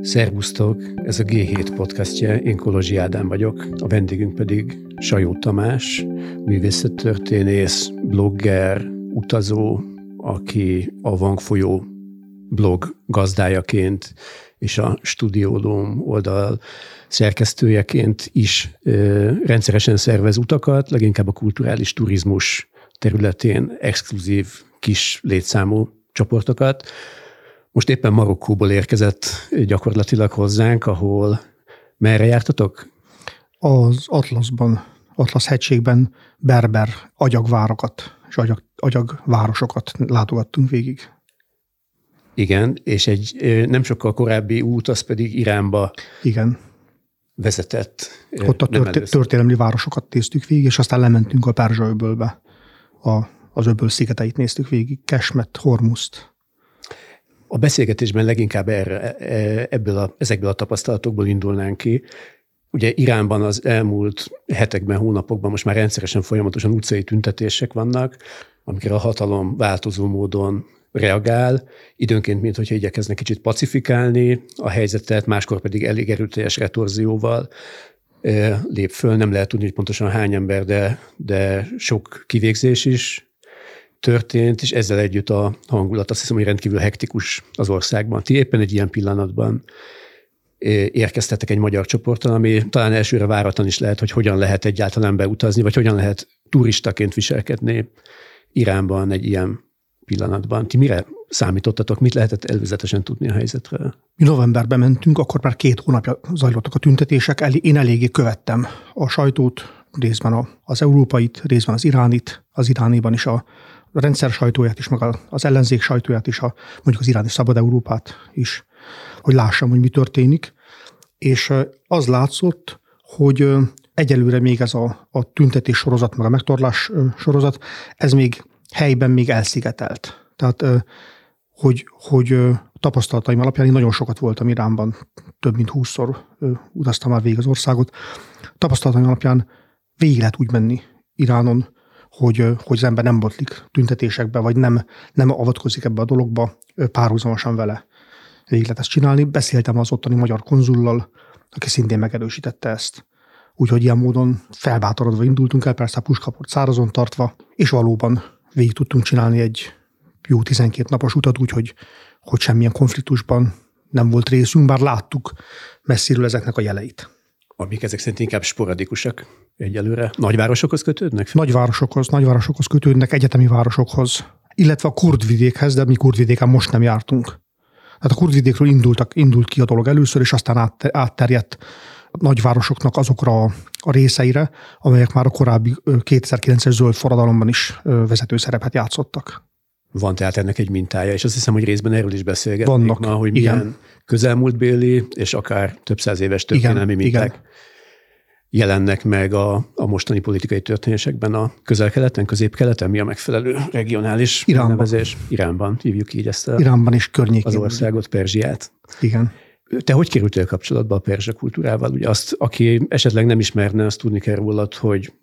Szervusztok! Ez a G7 podcastje, én Kolozsi Ádám vagyok, a vendégünk pedig Sajó Tamás, művészettörténész, blogger, utazó, aki a Vangfolyó blog gazdájaként és a Studio Dome oldal szerkesztőjeként is rendszeresen szervez utakat, leginkább a kulturális turizmus területén exkluzív kis létszámú csoportokat. Most éppen Marokkóból érkezett gyakorlatilag hozzánk, ahol merre jártatok? Az Atlasz hegységben berber agyagvárokat és agyagvárosokat látogattunk végig. Igen, és egy nem sokkal korábbi út, az pedig Iránba vezetett. Ott a történelmi városokat néztük végig, és aztán lementünk a Perzsa-öbölbe. Az öböl szigeteit néztük végig, Kesmet, Hormuzt. A beszélgetésben leginkább ezekből a tapasztalatokból indulnánk ki. Ugye Iránban az elmúlt hetekben, hónapokban most már rendszeresen folyamatosan utcai tüntetések vannak, amikre a hatalom változó módon reagál, időnként, minthogyha igyekeznek kicsit pacifikálni a helyzetet, máskor pedig elég erőteljes retorzióval lép föl. Nem lehet tudni, hogy pontosan hány ember, de sok kivégzés is történt, és ezzel együtt a hangulat, azt hiszem, hogy rendkívül hektikus az országban. Ti éppen egy ilyen pillanatban érkeztetek egy magyar csoporttal, ami talán elsőre váratlan is lehet, hogy hogyan lehet egyáltalán beutazni, vagy hogyan lehet turistaként viselkedni Iránban egy ilyen pillanatban. Ti mire számítottatok? Mit lehetett előzetesen tudni a helyzetről? Mi novemberben mentünk, akkor már 2 hónapja zajlottak a tüntetések. Én eléggé követtem a sajtót, részben az európait, részben az iránit, az irániban is a rendszer sajtóját is, meg az ellenzék sajtóját is, mondjuk az iráni Szabad Európát is, hogy lássam, hogy mi történik. És az látszott, hogy egyelőre még ez a tüntetés sorozat, meg a megtorlás sorozat, ez még helyben még elszigetelt. Tehát, hogy tapasztalataim alapján én nagyon sokat voltam Iránban, több mint 20-szor utaztam már végig az országot. Tapasztalataim alapján végig lehet úgy menni Iránon, hogy az ember nem botlik tüntetésekbe, vagy nem avatkozik ebbe a dologba, párhuzamosan vele végig lehet ezt csinálni. Beszéltem az ottani magyar konzullal, aki szintén megerősítette ezt. Úgyhogy ilyen módon felbátorodva indultunk el, persze a puskaport szárazon tartva, és valóban végig tudtunk csinálni egy jó 12 napos utat, úgyhogy semmilyen konfliktusban nem volt részünk, bár láttuk messziről ezeknek a jeleit. Amik ezek szerint inkább sporadikusak egyelőre. Nagyvárosokhoz kötődnek? Nagyvárosokhoz kötődnek, egyetemi városokhoz, illetve a Kurdvidékhez, de mi Kurdvidéken most nem jártunk. Tehát a Kurdvidékről indult ki a dolog először, és aztán átterjedt a nagyvárosoknak azokra a részeire, amelyek már a korábbi 2009-es zöld forradalomban is vezető szerepet játszottak. Van tehát ennek egy mintája, és azt hiszem, hogy részben erről is beszélgetnék vannak, ma, hogy igen. Milyen közelmúltbéli és akár több száz éves történelmi minták jelennek meg a mostani politikai történésekben a közel-keleten, közép-keleten. Mi a megfelelő regionális nevezés? Iránban hívjuk így ezt Iránban és környékén. Az országot, Perzsiát. Igen. Te hogy kerültél kapcsolatba a perzsa kultúrával? Ugye azt, aki esetleg nem ismerne, azt tudni kell rólad, hogy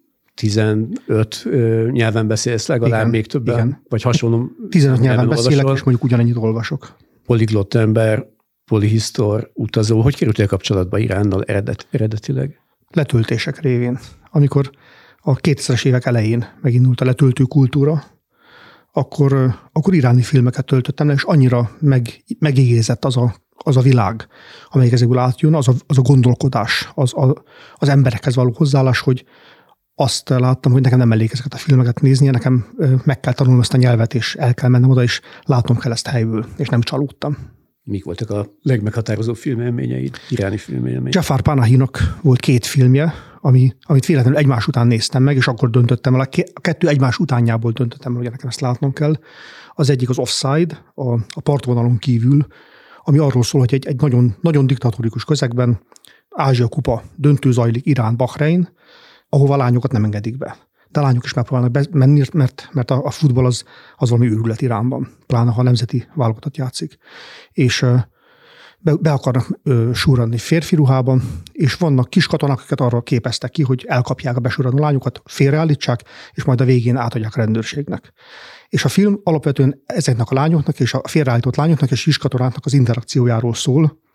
15 nyelven beszélsz legalább, igen, még többen, igen. Vagy hasonló. 15 nyelven beszélek, és mondjuk ugyanennyit olvasok. Poliglott ember, polihisztor, utazó. Hogy kerültél kapcsolatba Iránnal eredetileg? Letöltések révén. Amikor a 2000-es évek elején megindult a letöltő kultúra, akkor iráni filmeket töltöttem le, és annyira megigézett az a világ, amelyik ezekből átjön, az a gondolkodás, az emberekhez való hozzáállás, hogy azt láttam, hogy nekem nem elég ezeket a filmeket nézni, nekem meg kell tanulnom ezt a nyelvet, és el kell mennem oda, és látnom kell ezt helyből, és nem csalódtam. Mik voltak a legmeghatározóbb filmélményeid, iráni filmélményeid? Jafar Panahinak volt 2 filmje, amit véletlenül egymás után néztem meg, és akkor döntöttem el, a 2 egymás utánjából döntöttem el, hogy nekem ezt látnom kell. Az egyik az Offside, a partvonalon kívül, ami arról szól, hogy egy nagyon, nagyon diktatórikus közegben Ázsia kupa döntő zajlik, Irán, Bahrein, ahova lányokat nem engedik be. De a lányok is megpróbálnak menni, mert a futball az valami őrület Iránban, pláne ha a nemzeti válogatott játszik. És be akarnak súranni férfi ruhában, és vannak kis katonák, akiket arra képeztek ki, hogy elkapják a besúranó lányokat, félreállítsák, és majd a végén átadják a rendőrségnek. És a film alapvetően ezeknek a lányoknak és a félreállított lányoknak és kis katonáknak az interakciójáról szól,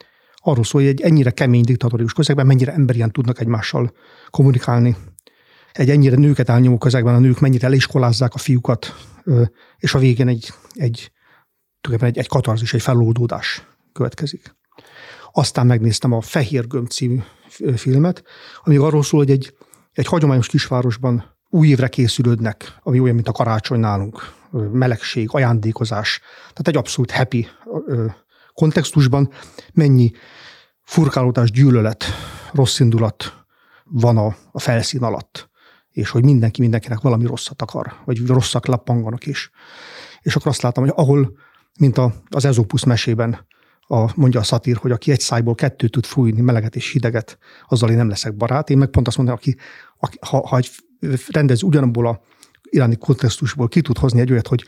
arról szól, hogy egy ennyire kemény diktatórikus közegben mennyire emberien tudnak egymással kommunikálni. Egy ennyire nőket elnyomó közegben a nők mennyire leiskolázzák a fiúkat, és a végén egy katarzis, egy feloldódás következik. Aztán megnéztem a Fehér Gömb című filmet, ami arról szól, hogy egy hagyományos kisvárosban új évre készülődnek, ami olyan, mint a karácsony nálunk, melegség, ajándékozás, tehát egy abszolút happy kontextusban mennyi furkálódás, gyűlölet, rosszindulat van a felszín alatt, és hogy mindenkinek valami rosszat akar, vagy rosszak lappanganak is. És akkor azt láttam, hogy ahol, mint az Ezopusz mesében mondja a szatír, hogy aki egy szájból kettőt tud fújni, meleget és hideget, azzal én nem leszek barát. Én meg pont azt mondom, ha egy rendező ugyanabból a iráni kontextusból ki tud hozni egy olyat, hogy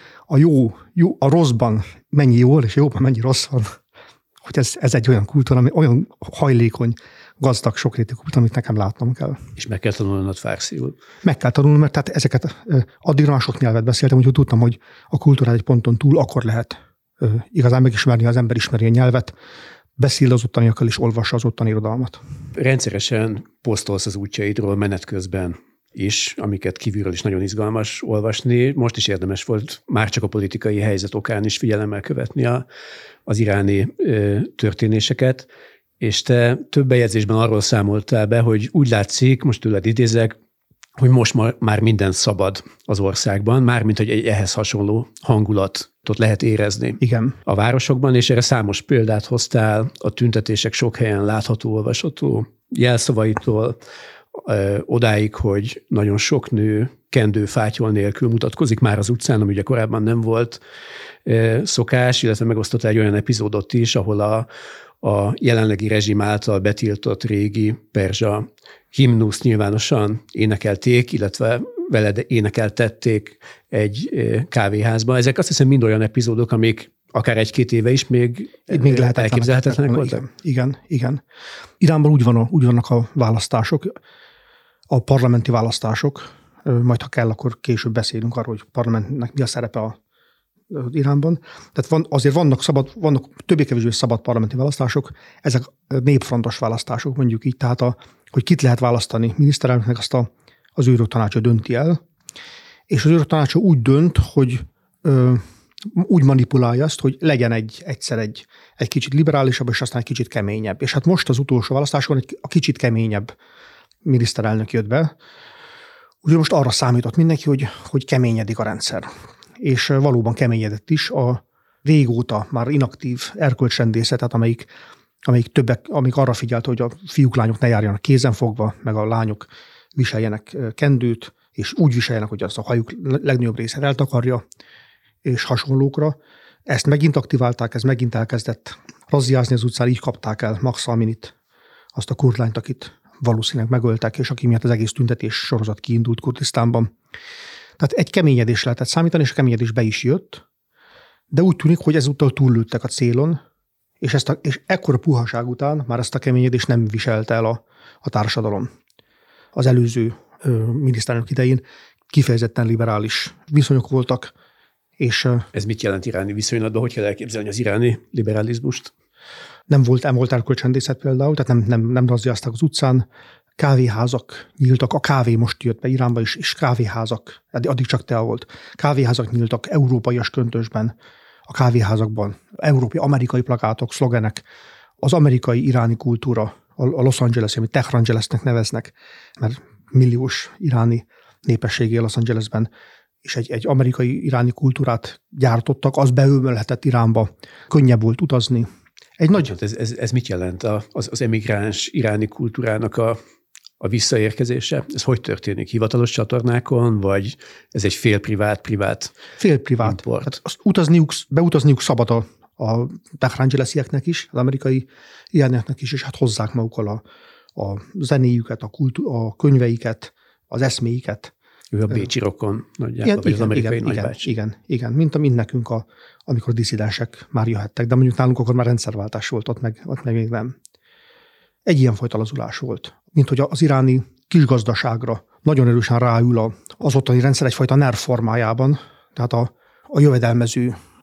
a rosszban mennyi jó, és jóban mennyi rossz van, hogy ez egy olyan kultúra, ami olyan hajlékony, gazdag, sokrétű kultúra, amit nekem látnom kell. És meg kell tanulnod fárszíul. Meg kell tanulnom, mert tehát ezeket addigra már sok nyelvet beszéltem, úgyhogy tudtam, hogy a kultúrát egy ponton túl akkor lehet igazán megismerni, az ember ismeri a nyelvet, beszél az ottaniakkal és olvassa az ottani irodalmat. Rendszeresen posztolsz az útjaidról menet közben is, amiket kívülről is nagyon izgalmas olvasni. Most is érdemes volt már csak a politikai helyzet okán is figyelemmel követni az iráni történéseket, és te több bejegyzésben arról számoltál be, hogy úgy látszik, most tőled idézek, hogy most már minden szabad az országban, mármint, hogy egy ehhez hasonló hangulatot lehet érezni. Igen. A városokban, és erre számos példát hoztál, a tüntetések sok helyen látható, olvasható jelszavaitól, odáig, hogy nagyon sok nő kendő-fátyol nélkül mutatkozik már az utcán, ami ugye korábban nem volt szokás, illetve megosztottál egy olyan epizódot is, ahol a jelenlegi rezsim által betiltott régi perzsa himnuszt nyilvánosan énekelték, illetve veled énekeltették egy kávéházba. Ezek azt hiszem mind olyan epizódok, amik akár 1-2 éve is még elképzelhetetlenek voltak. Igen. Iránban úgy vannak a választások, a parlamenti választások, majd ha kell, akkor később beszélünk arról, hogy parlamentnek mi a szerepe az Iránban. Tehát azért vannak többé-kevésbé szabad parlamenti választások, ezek népfrontos választások, mondjuk így, tehát hogy kit lehet választani miniszterelnöknek, azt az őrtanácsa dönti el, és az őrtanácsa úgy dönt, hogy úgy manipulálja azt, hogy legyen egyszer egy kicsit liberálisabb, és aztán egy kicsit keményebb. És hát most az utolsó választáson a kicsit keményebb miniszterelnök jött be. Úgyhogy most arra számított mindenki, hogy keményedik a rendszer. És valóban keményedett is a régóta már inaktív erkölcsrendészetet, amelyik arra figyelt, hogy a fiúk, lányok ne járjanak kézenfogva, meg a lányok viseljenek kendőt, és úgy viseljenek, hogy azt a hajuk legnagyobb részét eltakarja, és hasonlókra. Ezt megint aktiválták, ez megint elkezdett razziázni az utcán, így kapták el Mahsa Aminit, azt a kurdlányt, akit valószínűleg megöltek, és aki miatt az egész tüntetés sorozat kiindult Kurdisztánban. Tehát egy keményedés lehetett számítani, és a keményedés be is jött, de úgy tűnik, hogy ezúttal túllőttek a célon, és ekkora puhaság után már ezt a keményedést nem viselte el a társadalom. Az előző miniszterelnök idején kifejezetten liberális viszonyok voltak, és ez mit jelent iráni viszonylatban? Hogy kell elképzelni az iráni liberalizmust? Nem volt erkölcsrendészet például, tehát nem razziázták az utcán, kávéházak nyíltak, a kávé most jött be Iránba is, és kávéházak, addig csak tea volt, kávéházak nyíltak európaias köntösben, a kávéházakban, amerikai plakátok, szlogenek, az amerikai-iráni kultúra, a Los Angeles, amit Tehrangelesnek neveznek, mert milliós iráni népesség él Los Angelesben, és egy amerikai-iráni kultúrát gyártottak, az beömölhetett Iránba, könnyebb volt utazni. Ez mit jelent az emigráns iráni kultúrának a visszaérkezése? Ez hogy történik? Hivatalos csatornákon, vagy ez egy félprivát import? Hát beutazniuk szabad a Tehrangelesieknek is, az amerikai irániaknak is, és hát hozzák magukkal a zenéjüket, a könyveiket, az eszméiket. Ő a bécsi rokon nagyjából, vagy az amerikai nagybácsi. Igen, mint nekünk, amikor disszidensek már jöhettek, de mondjuk nálunk akkor már rendszerváltás volt, ott meg még nem. Egy ilyenfajta lazulás volt, mint hogy az iráni kisgazdaságra nagyon erősen ráül az ottani rendszer egyfajta nerv formájában, tehát a jövedelmező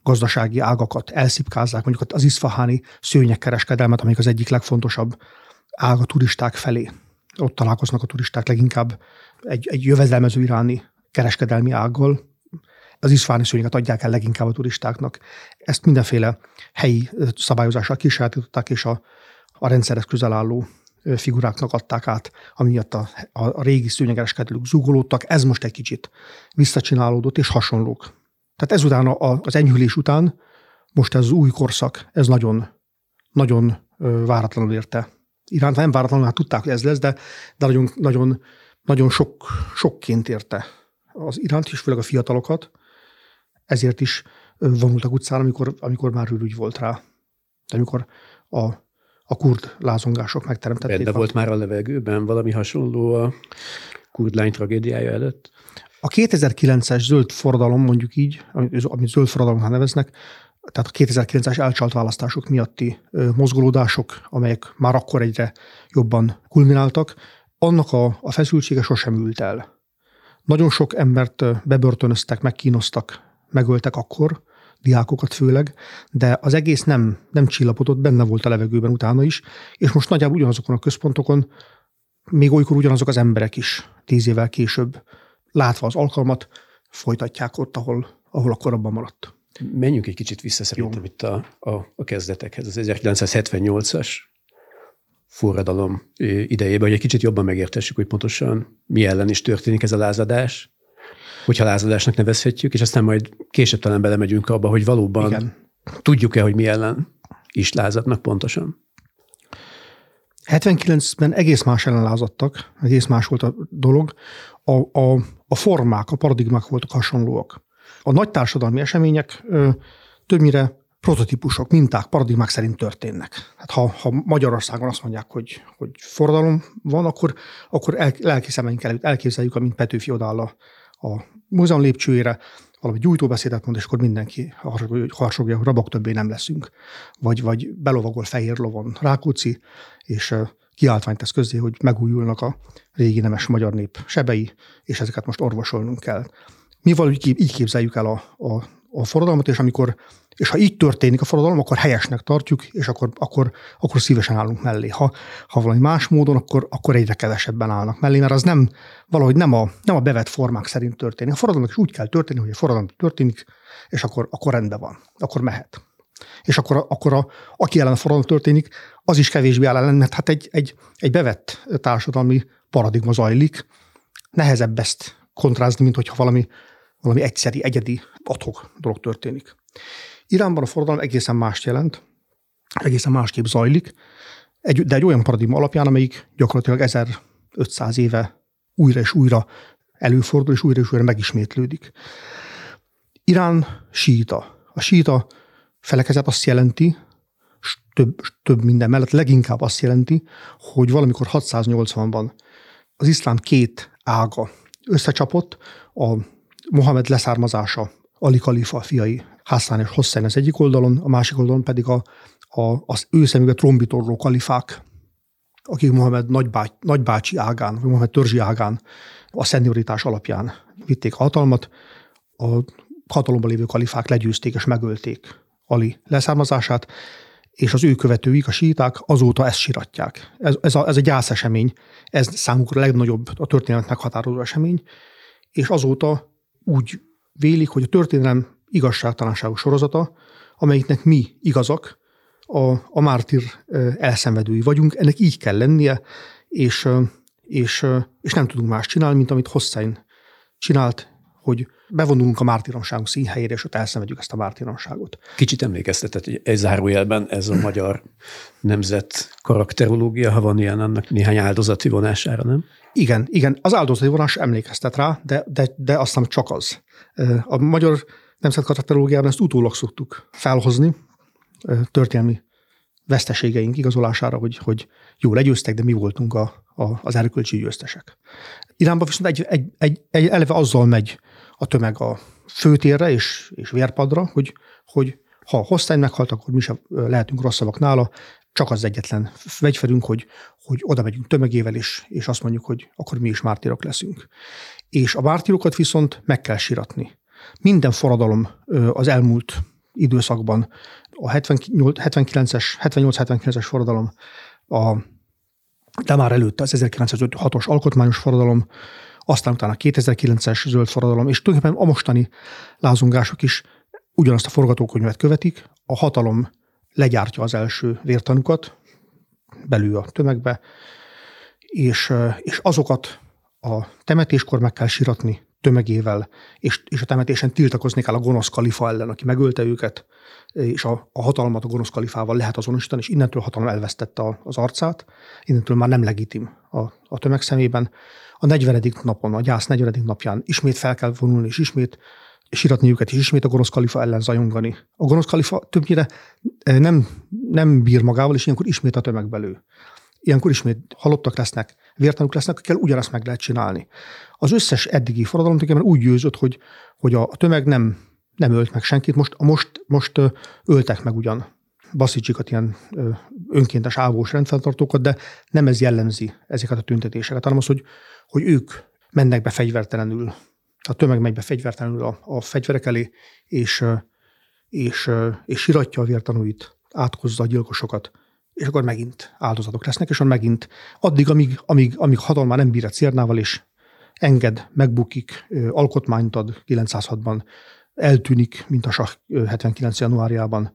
gazdasági ágakat elszipkázzák, mondjuk az iszfaháni szőnyegkereskedelmet, amelyik az egyik legfontosabb ág a turisták felé. Ott találkoznak a turisták leginkább egy jövedelmező iráni kereskedelmi ággal. Az iszfáháni szőnyeget adják el leginkább a turistáknak. Ezt mindenféle helyi szabályozással kisajátították, és a rendszerhez közel álló figuráknak adták át, amiatt a régi szőnyegereskedők zúgolódtak. Ez most egy kicsit visszacsinálódott, és hasonlók. Tehát ezután az enyhülés után most ez az új korszak, ez nagyon, nagyon váratlanul érte Iránt. Nem váratlanul, hát tudták, hogy ez lesz, de nagyon, nagyon, nagyon sokként érte az Iránt, és főleg a fiatalokat. Ezért is vonultak utcán, amikor már ürügy volt rá. De amikor a kurd lázongások megteremtették. Benne volt már a levegőben valami hasonló a kurd lány tragédiája előtt? A 2009-es zöld forradalom, mondjuk így, amit zöld forradalomnak neveznek, tehát a 2009-es elcsalt választások miatti mozgolódások, amelyek már akkor egyre jobban kulmináltak, annak a feszültsége sosem ült el. Nagyon sok embert bebörtönöztek, megkínoztak, megöltek akkor, diákokat főleg, de az egész nem csillapodott, benne volt a levegőben utána is, és most nagyjából ugyanazokon a központokon, még olykor ugyanazok az emberek is 10 évvel később, látva az alkalmat, folytatják ott, ahol a korábban maradt. Menjünk egy kicsit vissza szerintem itt a kezdetekhez, az 1978-as forradalom idejében, hogy egy kicsit jobban megértessük, hogy pontosan mi ellen is történik ez a lázadás, hogyha lázadásnak nevezhetjük, és aztán majd később talán belemegyünk abba, hogy valóban igen, tudjuk-e, hogy mi ellen is lázadnak pontosan. 79-ben egész más ellen lázadtak, egész más volt a dolog. A formák, a paradigmák voltak hasonlóak. A nagy társadalmi események többnyire prototípusok, minták, paradigmák szerint történnek. Hát ha Magyarországon azt mondják, hogy forradalom van, akkor lelki szemeink előtt elképzeljük, amint Petőfi odáll a múzeum lépcsőjére, valami gyújtóbeszédet mond, és akkor mindenki harsogja, hogy rabok többé nem leszünk. Vagy belovagol fehér lovon Rákóczi, és kiáltványt tesz közzé, hogy megújulnak a régi nemes magyar nép sebei, és ezeket most orvosolnunk kell. Mi valahogy így képzeljük el a forradalmat, és ha így történik a forradalom, akkor helyesnek tartjuk, és akkor szívesen állunk mellé. Ha valami más módon, akkor egyre kevesebben állnak mellé, mert az valahogy nem a bevett formák szerint történik. A forradalomnak is úgy kell történni, hogy a forradalom történik, és akkor rendben van, akkor mehet. És akkor aki ellen a forradalom történik, az is kevésbé áll ellen, mert hát egy bevett társadalmi paradigma zajlik. Nehezebb ezt kontrázni, mint hogyha valami egyszeri, egyedi, adhok dolog történik. Iránban a forradalom egészen mást jelent, egészen másképp zajlik, de egy olyan paradigma alapján, amelyik gyakorlatilag 1500 éve újra és újra előfordul, és újra megismétlődik. Irán síita. A síita felekezet azt jelenti, több minden mellett leginkább azt jelenti, hogy valamikor 680-ban az iszlám két ága összecsapott, a Mohamed leszármazása, Ali kalifa fiai, Hasszán és Hossein az egyik oldalon, a másik oldalon pedig az ő szemükbe trombitorló kalifák, akik Mohamed nagybácsi ágán, vagy Mohamed törzsi ágán a szenioritás alapján vitték a hatalmat. A hatalomban lévő kalifák legyőzték és megölték Ali leszármazását, és az ő követőik, a síiták azóta ezt siratják. Ez a gyászesemény, ez számukra a legnagyobb, a történet meghatározó esemény, és azóta úgy vélik, hogy a történelem igazságtalanságos sorozata, amelyiknek mi igazak, a mártír elszenvedői vagyunk, ennek így kell lennie, és nem tudunk más csinálni, mint amit Hossein csinált, hogy bevonulunk a mártíromságunk színhelyére, és ott elszenvedjük ezt a mártíromságot. Kicsit emlékeztetett, hogy egy zárójelben ez a magyar nemzet karakterológia, ha van ilyen, annak néhány áldozati vonására, nem? Igen, az áldozati vonás emlékeztet rá, de aztán csak az. A magyar nemzet karakterológiában ezt utólag szoktuk felhozni, történelmi veszteségeink igazolására, hogy jó, legyőztek, de mi voltunk az erkölcsi győztesek. Iránban viszont egy eleve azzal megy a tömeg a főtérre és vérpadra, hogy ha Hossein meghalt, akkor mi sem lehetünk rosszabbak nála, csak az egyetlen vegyferünk, hogy oda megyünk tömegével, és azt mondjuk, hogy akkor mi is mártírok leszünk. És a mártírokat viszont meg kell siratni. Minden forradalom az elmúlt időszakban. A 78-79-es forradalom, de már előtte az 1956-os alkotmányos forradalom, aztán utána a 2009-es zöld forradalom, és tulajdonképpen a mostani lázongások is ugyanazt a forgatókönyvet követik, a hatalom legyártja az első vértanukat, belül a tömegbe, és azokat a temetéskor meg kell síratni tömegével, és a temetésen tiltakozni kell a gonosz kalifa ellen, aki megölte őket, és a hatalmat a gonosz kalifával lehet azonosítani, és innentől a hatalom elvesztette az arcát, innentől már nem legitim a tömeg szemében. A 40. napon, a gyász 40. napján ismét fel kell vonulni, és ismét síratni őket, és ismét a gonosz kalifa ellen zajongani. A gonosz kalifa többnyire nem bír magával, és ilyenkor ismét a tömegbe lő. Ilyenkor ismét halottak lesznek, vértanúk lesznek, akikkel ugyanazt meg lehet csinálni. Az összes eddigi forradalom úgy győzött, hogy a tömeg nem ölt meg senkit, most öltek meg ugyan baszicsikat, ilyen önkéntes ávós rendfenntartókat, de nem ez jellemzi ezeket a tüntetéseket, hanem az, hogy ők mennek be fegyvertelenül, a tömeg megy be fegyvertelenül a fegyverek elé, és siratja a vértanúit, átkozza a gyilkosokat, és akkor megint áldozatok lesznek, és megint addig, amíg hatalmán nem bír a cérnával, és enged, megbukik, alkotmányt ad 906-ban, eltűnik, mint a sah 79. januárjában,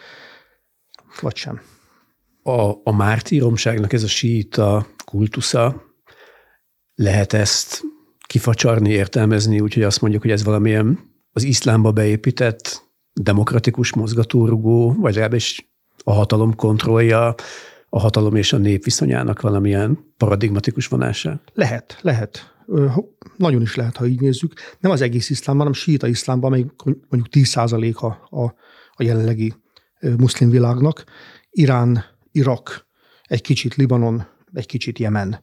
vagy sem. A mártíromságnak ez a síita kultusza, lehet ezt kifacsarni, értelmezni, úgyhogy azt mondjuk, hogy ez valamilyen az iszlámba beépített demokratikus mozgatórugó, vagy legalábbis a hatalom kontrollja, a hatalom és a nép viszonyának valamilyen paradigmatikus vonása? Lehet. Nagyon is lehet, ha így nézzük. Nem az egész iszlámban, hanem síita iszlámban, amely mondjuk 10% a jelenlegi muszlim világnak. Irán, Irak, egy kicsit Libanon, egy kicsit Jemen,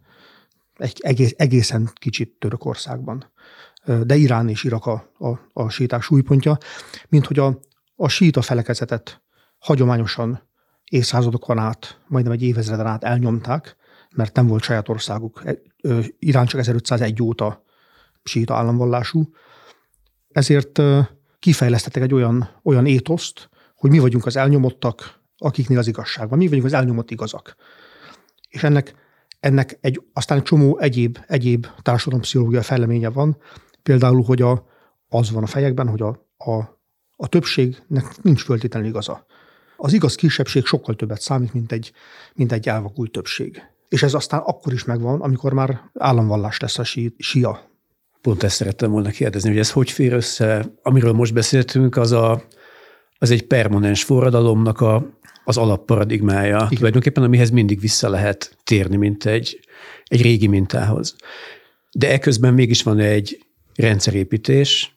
egészen kicsit Törökországban. De Irán és Irak a síiták súlypontja, mint hogy a síita felekezetet hagyományosan évszázadokon át, majdnem egy évezreden át elnyomták, mert nem volt saját országuk. Irán csak 1501 óta síita államvallású. Ezért kifejlesztettek egy olyan étoszt, hogy mi vagyunk az elnyomottak, akiknél az igazság van. Mi vagyunk az elnyomott igazak. És ennek aztán egy csomó egyéb társadalompszichológiai fejleménye van. Például, hogy az van a fejekben, hogy a többségnek nincs föltétlenül igaza. Az igaz kisebbség sokkal többet számít, mint egy elvakult többség. És ez aztán akkor is megvan, amikor már államvallás lesz a síja. Pont ezt szerettem volna kérdezni, hogy ez hogy fér össze, amiről most beszéltünk, az egy permanens forradalomnak az alapparadigmája. Igen. Tulajdonképpen, amihez mindig vissza lehet térni, mint egy régi mintához. De eközben mégis van egy rendszerépítés.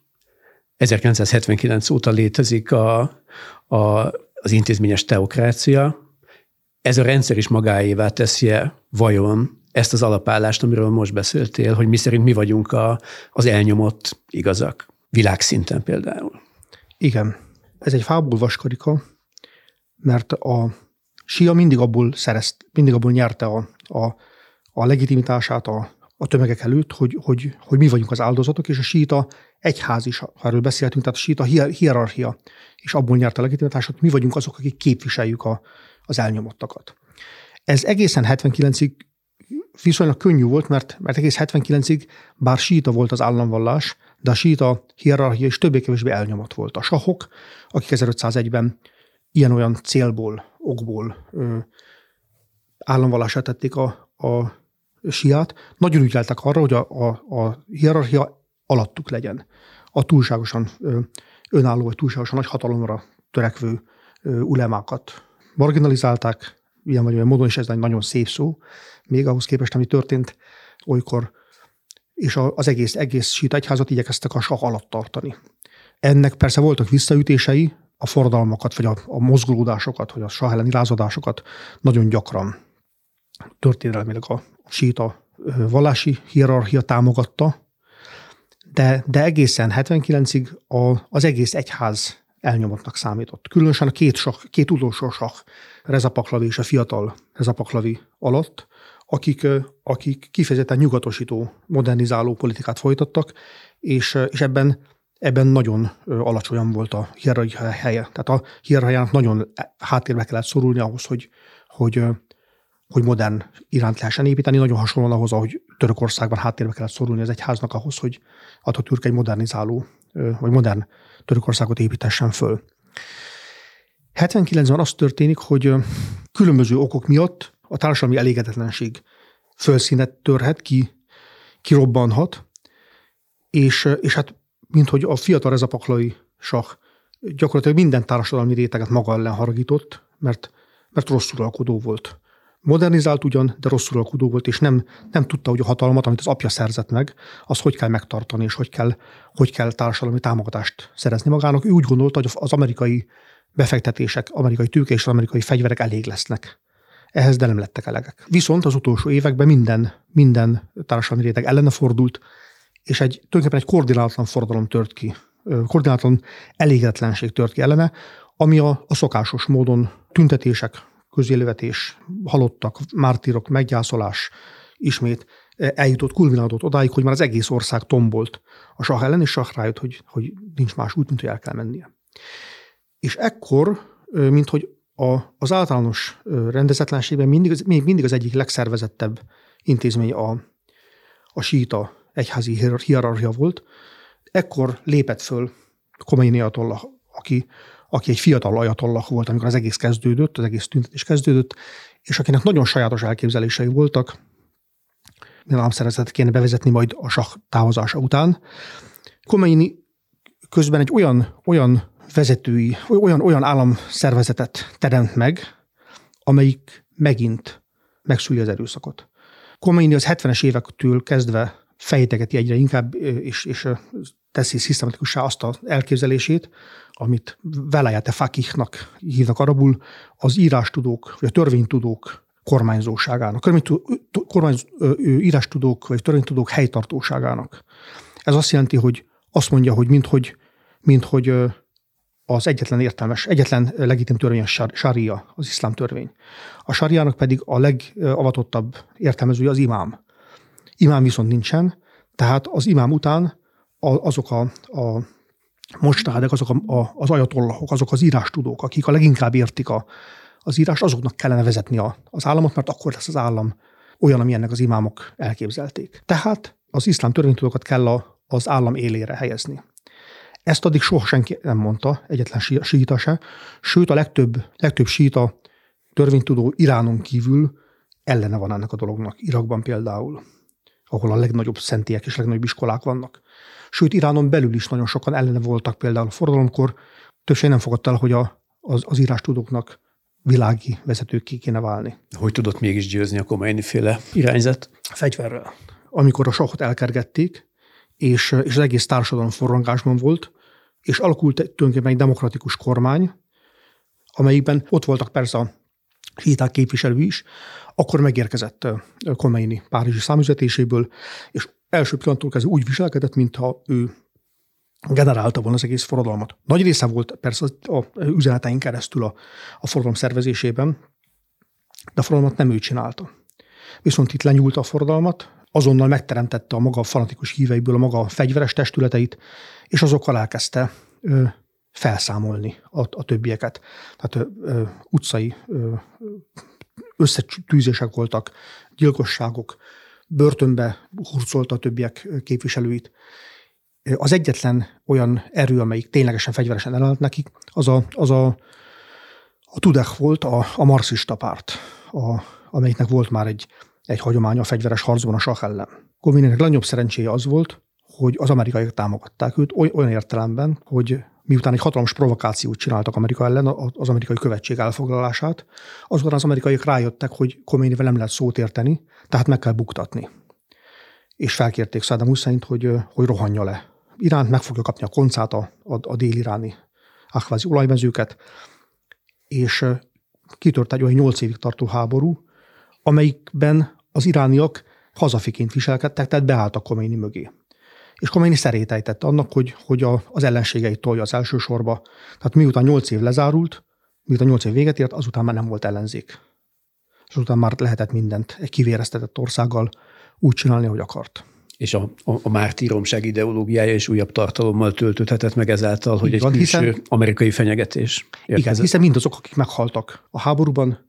1979 óta létezik az intézményes teokrácia. Ez a rendszer is magáévá teszi-e vajon ezt az alapállást, amiről most beszéltél, hogy mi szerint mi vagyunk az elnyomott igazak, világszinten például? Igen. Ez egy fából vaskarika, mert a síja mindig abból nyerte a legitimitását a tömegek előtt, hogy mi vagyunk az áldozatok, és a síita egyház is, ha erről beszéltünk, tehát a síita hierarchia, és abból nyerte a legitimitását, mi vagyunk azok, akik képviseljük az elnyomottakat. Ez egészen 79-ig viszonylag könnyű volt, mert egész 79-ig bár síita volt az államvallás, de a síita hierarchia is többé-kevésbé elnyomott volt. A sahok, akik 1501-ben ilyen-olyan célból, okból államvallását tették a síát, nagyon ügyeltek arra, hogy a hierarchia alattuk legyen. A túlságosan önálló vagy túlságosan nagy hatalomra törekvő ulemákat marginalizálták, ilyen vagy olyan módon, és ez egy nagyon szép szó, még ahhoz képest, ami történt olykor, és az egész síita egyházat igyekeztek a sah alatt tartani. Ennek persze voltak visszaütései, a forradalmakat, vagy a mozgolódásokat, vagy a sah elleni lázadásokat nagyon gyakran történelmileg a síita vallási hierarchia támogatta, de egészen 79-ig az egész egyház elnyomottnak számított. Különösen a két utolsó sah, Reza Pahlavi és a fiatal Reza Pahlavi alatt, akik kifejezetten nyugatosító, modernizáló politikát folytattak, és ebben ebben nagyon alacsonyan volt a hierarchia helye. Tehát a hierarchiának nagyon háttérbe kellett szorulni ahhoz, hogy modern Iránt lehessen építeni. Nagyon hasonlóan ahhoz, ahogy Törökországban háttérbe kellett szorulni az egyháznak ahhoz, hogy Atatürk egy modernizáló, vagy modern Törökországot építessen föl. 79-ben az történik, hogy különböző okok miatt a társadalmi elégedetlenség fölszínet törhet, kirobbanhat, és hát minthogy a fiatal Reza Pahlavi sah gyakorlatilag minden társadalmi réteget maga ellen haragított, mert rosszul alkodó volt. Modernizált ugyan, de rosszul alkodó volt, és nem tudta, hogy a hatalmat, amit az apja szerzett meg, az hogy kell megtartani, és hogy kell társadalmi támogatást szerezni magának. Ő úgy gondolta, hogy az amerikai befektetések, amerikai tőke és az amerikai fegyverek elég lesznek. Ehhez de nem lettek elegek. Viszont az utolsó években minden társadalmi réteg ellene fordult, és tulajdonképpen egy koordinálatlan forradalom tört ki. Koordinálatlan elégedetlenség tört ki ellene, ami a szokásos módon tüntetések, közélövetés, halottak, mártírok, meggyászolás ismét eljutott, kulminálódott odáig, hogy már az egész ország tombolt a sah ellen, és sah rájött, hogy nincs más út, mint hogy el kell mennie. És ekkor, minthogy az általános rendezetlenségben még mindig az egyik legszervezettebb intézmény a síita egyházi hierarchia volt, ekkor lépett föl Khomeini ajatollah, aki egy fiatal ajatollah volt, amikor az egész kezdődött, az egész tüntetés kezdődött, és akinek nagyon sajátos elképzelései voltak, államszervezetet kéne bevezetni majd a sah távozása után. Khomeini közben egy olyan vezetői, olyan államszervezetet teremt meg, amelyik megint megszüli az erőszakot. Khomeini az 70-es évektől kezdve fejtegeti egyre inkább, és teszi szisztematikussá azt az elképzelését, amit velayat-e faqihnak hívnak arabul, az írástudók, vagy a törvénytudók kormányzóságának, írástudók, vagy törvénytudók helytartóságának. Ez azt jelenti, hogy azt mondja, hogy minthogy az egyetlen legitim törvény a sária, az iszlám törvény. A sáriának pedig a legavatottabb értelmezője az imám. Imám viszont nincsen, tehát az imám után azok a mostahádek, azok az ajatollahok, azok az írástudók, akik a leginkább értik az írást, azoknak kellene vezetni az államot, mert akkor lesz az állam olyan, amilyennek az imámok elképzelték. Tehát az iszlám törvénytudókat kell az állam élére helyezni. Ezt addig soha senki nem mondta, egyetlen síita se, sőt a legtöbb síita törvénytudó Iránon kívül ellene van ennek a dolognak. Irakban például, ahol a legnagyobb szentélyek és legnagyobb iskolák vannak. Sőt, Iránon belül is nagyon sokan ellene voltak például a forradalomkor. Többség nem fogadta el, hogy az írástudóknak világi vezetőkké kéne válni. Hogy tudott mégis győzni a Khomeini-féle irányzat? Fegyverrel. Amikor a sahot elkergették, és az egész társadalom forrongásban volt, és alakult tulajdonképpen egy demokratikus kormány, amelyikben ott voltak persze a síiták képviselői is, akkor megérkezett Khomeini párizsi számüzetéséből, és első pillanattól kezdve úgy viselkedett, mintha ő generálta volna az egész forradalmat. Nagy része volt persze a üzeneteink keresztül a forradalom szervezésében, de a forradalmat nem ő csinálta. Viszont itt lenyúlta a forradalmat, azonnal megteremtette a maga fanatikus híveiből a maga fegyveres testületeit, és azokkal elkezdte felszámolni a többieket. Tehát utcai összetűzések voltak, gyilkosságok, börtönbe hurcolta a többiek képviselőit. Az egyetlen olyan erő, amelyik ténylegesen fegyveresen elállt nekik, az a Tudeh volt, a marxista párt, amelyiknek volt már egy hagyománya a fegyveres harcban a sah ellen. Khomeininek legnagyobb szerencséje az volt, hogy az amerikaiak támogatták őt olyan értelemben, hogy miután egy hatalmas provokációt csináltak Amerika ellen, az amerikai követség elfoglalását, azután az amerikaiak rájöttek, hogy Khomeinivel nem lehet szót érteni, tehát meg kell buktatni. És felkérték Saddam Husseint, hogy rohanja le. Iránt meg fogja kapni a koncát, a dél-iráni ahvázi olajmezőket, és kitört egy olyan 8 évig tartó háború, amelyikben az irániak hazafiként viselkedtek, tehát beálltak Khomeini mögé. És Khomeini szerét ejtett annak, hogy az ellenségeit tolja az első sorba. Tehát miután 8 év lezárult, miután 8 év véget ért, azután már nem volt ellenzék. És azután már lehetett mindent egy kivéreztetett országgal úgy csinálni, ahogy akart. és a mártíromság ideológiája is újabb tartalommal töltődhetett meg ezáltal, hogy egy külső amerikai fenyegetés érkezett. Igen, hiszen mindazok, akik meghaltak a háborúban,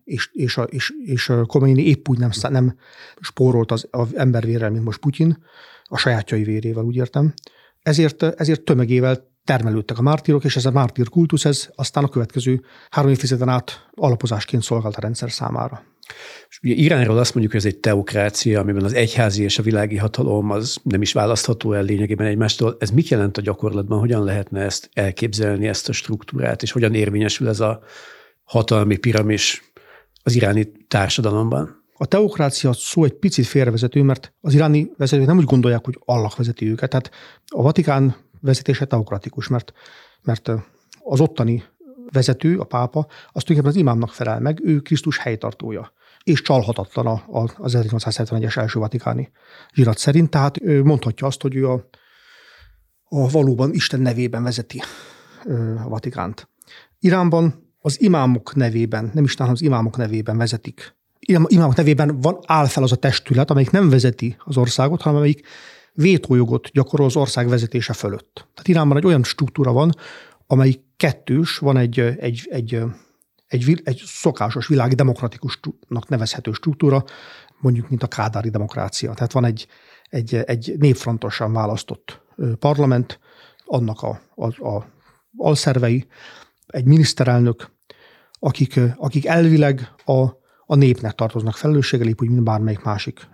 és Khomeini épp úgy nem spórolt az embervérrel, mint most Putyin, a sajátjai vérével, úgy értem. Ezért tömegével termelődtek a mártírok, és ez a mártír kultusz, ez aztán a következő 3 évtizeden át alapozásként szolgált a rendszer számára. És ugye Iránról azt mondjuk, hogy ez egy teokrácia, amiben az egyházi és a világi hatalom az nem is választható el lényegében egymástól. Ez mit jelent a gyakorlatban? Hogyan lehetne ezt elképzelni, ezt a struktúrát, és hogyan érvényesül ez a hatalmi piramis az iráni társadalomban? A teokrácia szó egy picit félrevezető, mert az iráni vezetők nem úgy gondolják, hogy Allah vezeti őket. Tehát a Vatikán vezetése teokratikus, mert az ottani vezető, a pápa, az tulajdonképpen az imámnak felel meg, ő Krisztus helytartója, és csalhatatlan az 1871-es első vatikáni zsirat szerint, tehát mondhatja azt, hogy ő a valóban Isten nevében vezeti a Vatikánt. Iránban az imámok nevében, nem Isten, hanem az imámok nevében vezetik. Imámok nevében áll fel az a testület, amelyik nem vezeti az országot, hanem amelyik vétójogot gyakorol az ország vezetése fölött. Tehát Iránban egy olyan struktúra van, amelyik kettős, van egy szokásos világi demokratikusnak nevezhető struktúra, mondjuk, mint a kádári demokrácia. Tehát van egy népfrontosan választott parlament, annak a alszervei, egy miniszterelnök, akik elvileg a népnek tartoznak felelősséggel, épp úgy, mint bármelyik másik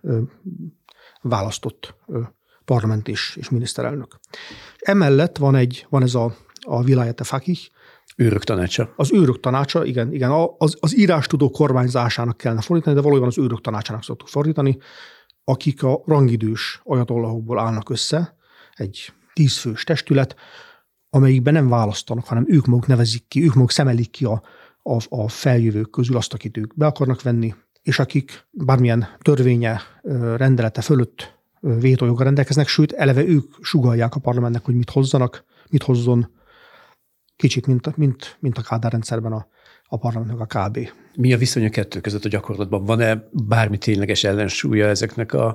választott parlament és miniszterelnök. Emellett van ez a vilayet faqih, őrök tanácsa. Az őrök tanácsa, igen. Az írástudó kormányzásának kellene fordítani, de valójában az őrök tanácsának szoktuk fordítani, akik a rangidős ajatollahokból állnak össze, egy 10 fős testület, amelyikben nem választanak, hanem ők maguk nevezik ki, ők maguk szemelik ki a feljövők közül azt, akit ők be akarnak venni, és akik bármilyen törvénye, rendelete fölött vétójoggal rendelkeznek, sőt, eleve ők sugallják a parlamentnek, hogy mit hozzanak, mit hozzon, kicsit, mint a Kádár rendszerben a parlamentnek a KB. Mi a viszony a kettő között a gyakorlatban? Van-e bármi tényleges ellensúlya ennek a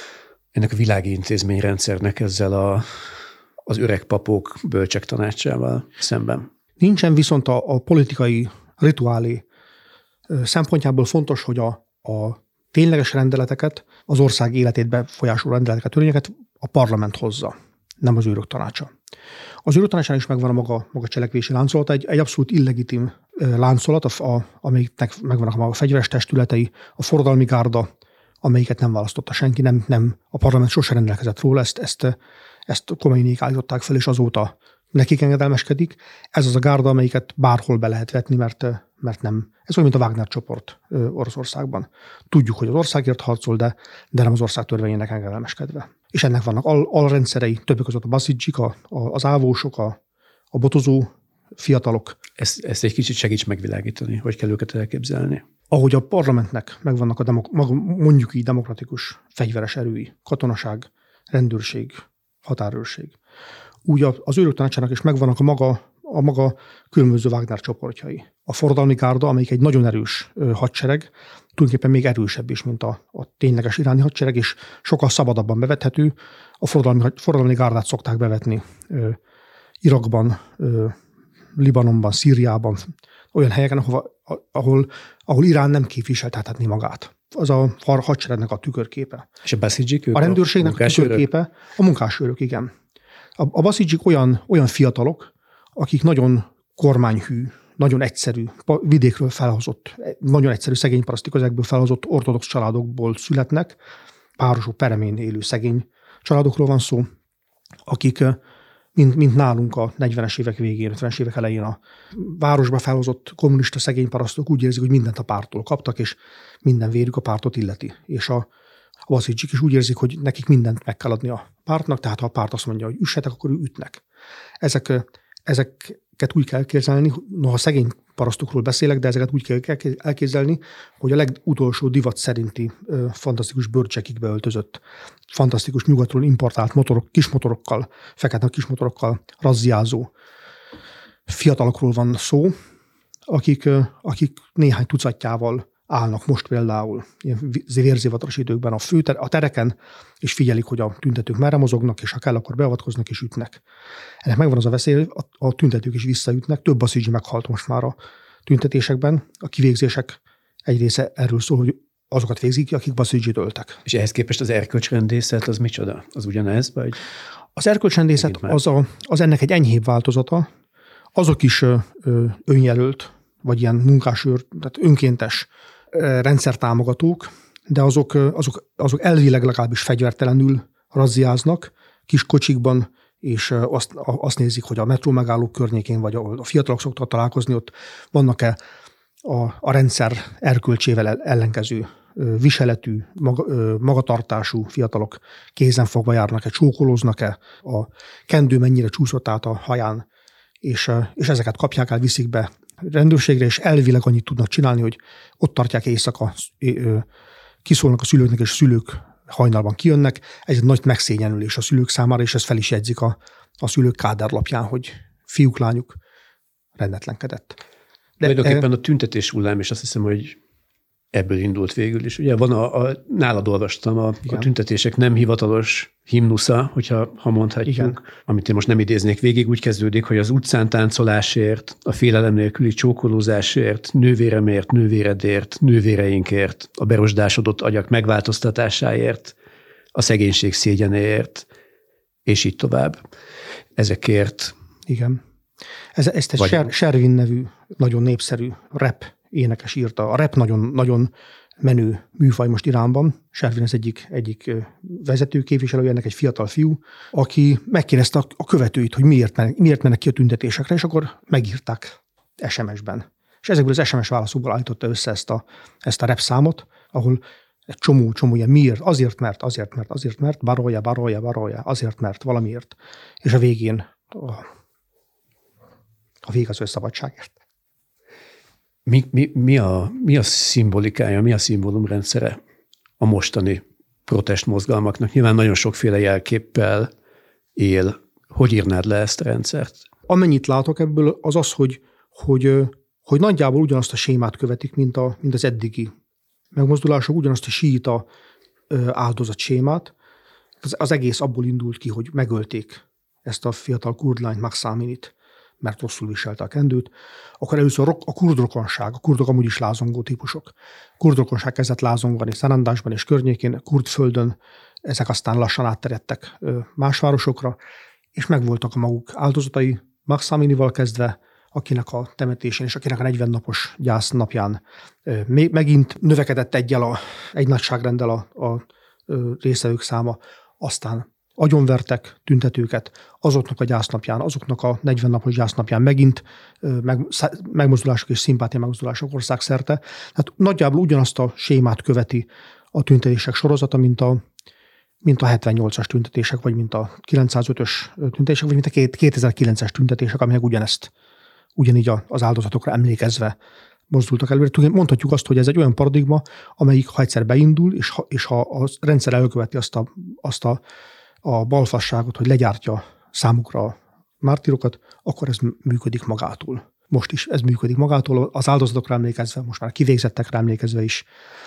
világi intézményrendszernek ezzel az öreg papok bölcsek tanácsával szemben? Nincsen, viszont a politikai rituálé szempontjából fontos, hogy a tényleges rendeleteket, az ország életét befolyásoló rendeleteket, törvényeket a parlament hozza, nem az őrök tanácsa. Az őrök tanácsán is megvan a maga cselekvési láncolata, egy abszolút illegitim láncolat, amelyiknek megvannak a maga fegyveres testületei, a forradalmi gárda, amelyiket nem választotta senki, nem a parlament sose rendelkezett róla, ezt Khomeinék állították fel, és azóta nekik engedelmeskedik. Ez az a gárda, amelyiket bárhol be lehet vetni, mert nem. Ez olyan, mint a Wagner csoport Oroszországban. Tudjuk, hogy az országért harcol, de nem az ország törvényének engedelmeskedve. És ennek vannak alrendszerei, többek között a baszidzsik, az ávósok, a botozó fiatalok. Ezt egy kicsit segíts megvilágítani, hogy kell őket elképzelni. Ahogy a parlamentnek megvannak mondjuk így demokratikus fegyveres erői, katonaság, rendőrség, határőrség. Úgy az őrök tanácsának is megvannak a maga különböző Wagner csoportjai. A forradalmi gárda, amelyik egy nagyon erős hadsereg, tulajdonképpen még erősebb is, mint a tényleges iráni hadsereg, és sokkal szabadabban bevethető. A forradalmi gárdát szokták bevetni Irakban, Libanonban, Szíriában, olyan helyeken, ahol Irán nem képviseltethetné magát. Az a hadseregnek a tükörképe. És a baszidzsik? A rendőrségnek a tükörképe, a munkásőrök, igen. A baszidzsik olyan fiatalok, akik nagyon kormányhű, nagyon egyszerű, vidékről felhozott, nagyon egyszerű szegényparaszti közegből felhozott ortodox családokból születnek, párosú peremén élő szegény családokról van szó, akik, mint nálunk a 40-es évek végén, 50-es évek elején a városba felhozott kommunista szegényparasztok úgy érzik, hogy mindent a párttól kaptak, és minden vérük a pártot illeti. És a baszidzsik is úgy érzik, hogy nekik mindent meg kell adni a pártnak, tehát ha a párt azt mondja, hogy üssetek, akkor ütnek. Ezeket úgy kell elképzelni, noha szegény parasztokról beszélek, de ezeket úgy kell elképzelni, hogy a legutolsó divat szerinti fantasztikus bőrcsekikbe öltözött, fantasztikus nyugatról importált kismotorokkal, fekete kismotorokkal razziázó fiatalokról van szó, akik néhány tucatjával állnak most például ilyen vérzivataros időkben a tereken, és figyelik, hogy a tüntetők merre mozognak, és ha kell, akkor beavatkoznak és ütnek. Ennek megvan az a veszély, a tüntetők is visszaütnek. Több baszídzsi meghalt most már a tüntetésekben. A kivégzések egy része erről szól, hogy azokat végzik ki, akik baszídzsit öltek. És ehhez képest az erkölcsrendészet az micsoda? Az ugyanez? Vagy? Az erkölcsrendészet az ennek egy enyhébb változata. Azok is önjelölt, vagy ilyen munkásőr, tehát önkéntes rendszertámogatók, de azok elvileg legalábbis fegyvertelenül razziáznak kis kocsikban, és azt nézik, hogy a metró megálló környékén, vagy a fiatalok szoktak találkozni, ott vannak-e a rendszer erkölcsével ellenkező viseletű, magatartású fiatalok kézenfogva járnak-e, csókolóznak-e, a kendő mennyire csúszott át a haján, és ezeket kapják el, viszik be rendőrségre, és elvileg annyit tudnak csinálni, hogy ott tartják éjszaka, kiszólnak a szülőknek, és a szülők hajnalban kijönnek. Ez egy nagy megszégyenülés a szülők számára, és ezt fel is jegyzik a szülők káderlapján, hogy fiúk, lányuk rendetlenkedett. De tulajdonképpen a tüntetés hullám, és azt hiszem, hogy ebből indult végül is. Ugye van nálad olvastam a tüntetések nem hivatalos himnusza, ha mondhatjuk, igen, amit én most nem idéznék végig, úgy kezdődik, hogy az utcán táncolásért, a félelem nélküli csókolózásért, nővéremért, nővéredért, nővéreinkért, a berosdásodott agyak megváltoztatásáért, a szegénység szégyenéért, és így tovább. Ezekért. Igen. Ezt egy Sherwin nevű, nagyon népszerű rap énekes írta. A rap nagyon menő műfaj most Iránban. Sherwin az egyik vezető képviselője, ennek egy fiatal fiú, aki megkérdezte a követőit, hogy miért mennek ki a tüntetésekre, és akkor megírták SMS-ben. És ezekből az SMS válaszokból állította össze ezt a rap számot, ahol egy csomó ilyen miért, azért mert, barolja, azért mert, valamiért. És a végén a vég az ő szabadságért. Mi a szimbolikája, mi a szimbólumrendszere a mostani protestmozgalmaknak? Nyilván nagyon sokféle jelképpel él. Hogy írnád le ezt a rendszert? Amennyit látok ebből, az, hogy nagyjából ugyanazt a sémát követik, mint az eddigi megmozdulások, ugyanazt a síita áldozat sémát. Az egész abból indult ki, hogy megölték ezt a fiatal kurdlányt, Mahsa Aminit, mert rosszul viselte a kendőt, akkor először a kurdrokonság, a kurdok amúgy is lázongó típusok. Kurdrokonság kezdett lázongani Sanandásban és környékén, Kurdföldön, ezek aztán lassan átterjedtek más városokra, és megvoltak a maguk áldozatai, Mahsa Aminival kezdve, akinek a temetésén és akinek a 40 napos gyásznapján megint növekedett egy nagyságrenddel a résztvevők száma, aztán agyonvertek tüntetőket, azoknak a gyásznapján, azoknak a 40 napos gyásznapján megint megmozdulások és szimpátia megmozdulások országszerte. Tehát nagyjából ugyanazt a sémát követi a tüntetések sorozata, mint a 78-as tüntetések, vagy mint a 905-ös tüntetések, vagy mint a 2009-es tüntetések, amelyek ugyanígy az áldozatokra emlékezve mozdultak előre. Mondhatjuk azt, hogy ez egy olyan paradigma, amelyik, ha egyszer beindul, és ha a rendszer elköveti azt a balfasságot, hogy legyártja számukra a mártírokat, akkor ez működik magától. Most is ez működik magától, az áldozatokra emlékezve, most már kivégzettekre emlékezve is.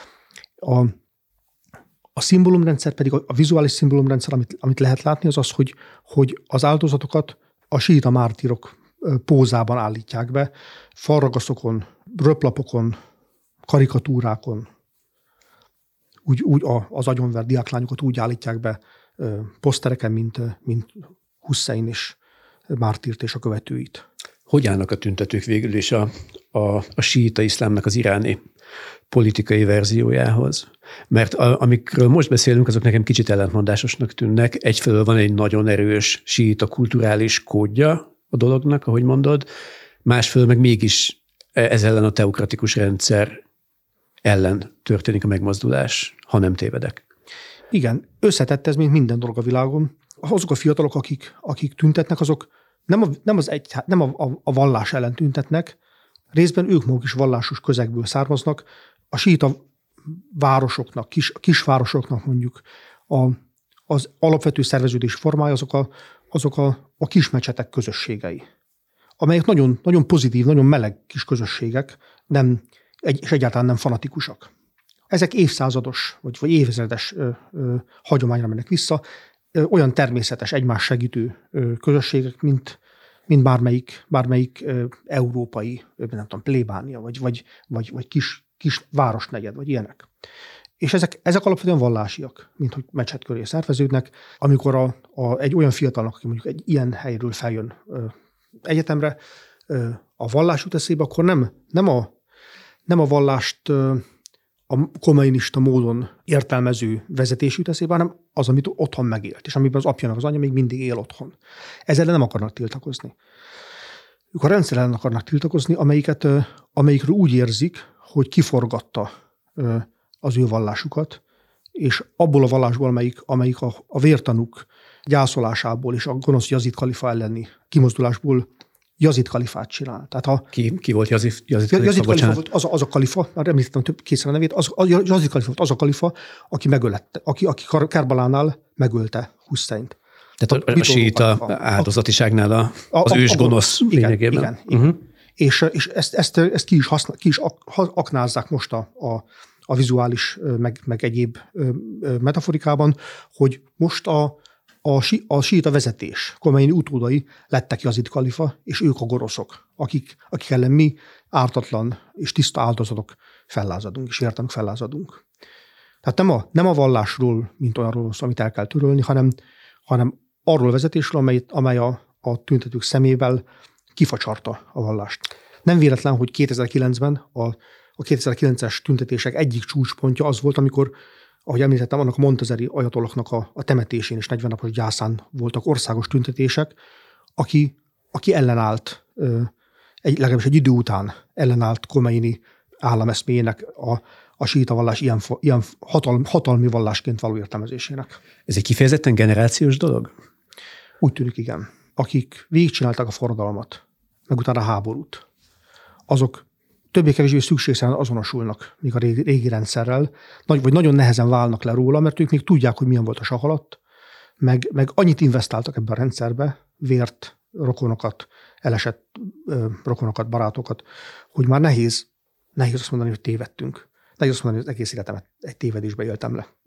A szimbólumrendszer pedig, a vizuális szimbólumrendszer, amit lehet látni, az, hogy az áldozatokat a síita mártírok pózában állítják be, falragaszokon, röplapokon, karikatúrákon, úgy az agyonvert diáklányokat úgy állítják be posztereken, mint Hussein és mártírt és a követőit. Hogy állnak a tüntetők végül is a síita iszlámnak az iráni politikai verziójához? Mert amikről most beszélünk, azok nekem kicsit ellentmondásosnak tűnnek. Egyfelől van egy nagyon erős síita kulturális kódja a dolognak, ahogy mondod, másfelől meg mégis ez ellen a teokratikus rendszer ellen történik a megmozdulás, ha nem tévedek. Igen, összetett ez, mint minden dolog a világon. Azok a fiatalok, akik tüntetnek, azok nem a vallás ellen tüntetnek, részben ők maguk is vallásos közegből származnak. A síita városoknak, kisvárosoknak mondjuk az alapvető szerveződés formája azok a kismecsetek közösségei, amelyek nagyon, nagyon pozitív, nagyon meleg kis közösségek, nem és egyáltalán nem fanatikusak. Ezek évszázados vagy évezredes hagyományra mennek vissza, olyan természetes, egymás segítő közösségek, mint bármelyik európai, nem tudom, plébánia, vagy kis városnegyed, vagy ilyenek. És ezek alapvetően vallásiak, mint hogy mecset köré szerveződnek. Amikor egy olyan fiatalnak, aki mondjuk egy ilyen helyről feljön egyetemre, a vallás jut eszébe, akkor nem a vallást a komeinista módon értelmező vezetés jut eszébe, hanem az, amit otthon megélt, és amiben az apja meg az anyja még mindig él otthon. Ezzel nem akarnak tiltakozni. Ők a rendszer ellen akarnak tiltakozni, amelyikről úgy érzik, hogy kiforgatta az ő vallásukat, és abból a vallásból, amelyik a vértanúk gyászolásából és a gonosz Yazid kalifa elleni kimozdulásból Yazid kalifát csinál. Tehát ki volt Yazid kalifa? Yazid kalifa volt az a kalifa, már említettem kétszer a nevét, Yazid kalifa volt az a kalifa, aki megölette, aki Kerbalánál megölte Husseint. Tehát a síita áldozatiságnál az ős gonosz lényegében. Igen. És ezt ki is aknázzák most a vizuális, meg egyéb metaforikában, hogy most a síita vezetés, Khomeini utódai lettek Yazid kalifa, és ők a gonoszok, akik ellen mi ártatlan és tiszta áldozatok fellázadunk, és értelmük fellázadunk. Tehát nem a vallásról, mint olyanról, amit el kell törölni, hanem arról a vezetésről, amely a tüntetők szemével kifacsarta a vallást. Nem véletlen, hogy 2009-ben a 2009-es tüntetések egyik csúcspontja az volt, amikor, ahogy említettem, annak a Montazeri ajatollahnak a temetésén és 40 napos gyászán voltak országos tüntetések, aki ellenállt, legalábbis egy idő után ellenállt Khomeini állameszméjének a síita vallás ilyen hatalmi vallásként való értelmezésének. Ez egy kifejezetten generációs dolog? Úgy tűnik, igen. Akik végigcsinálták a forradalmat, meg utána a háborút, azok többé-kevésbé szükségszerűen azonosulnak még a régi rendszerrel, vagy nagyon nehezen válnak le róla, mert ők még tudják, hogy milyen volt a sah alatt, meg annyit investáltak ebbe a rendszerbe, vért, rokonokat, elesett rokonokat, barátokat, hogy már nehéz azt mondani, hogy tévedtünk. Nehéz azt mondani, hogy az egész életemet egy tévedésbe éltem le.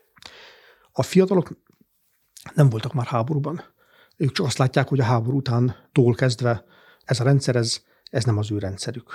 A fiatalok nem voltak már háborúban. Ők csak azt látják, hogy a háború utántól kezdve ez a rendszer, ez nem az ő rendszerük.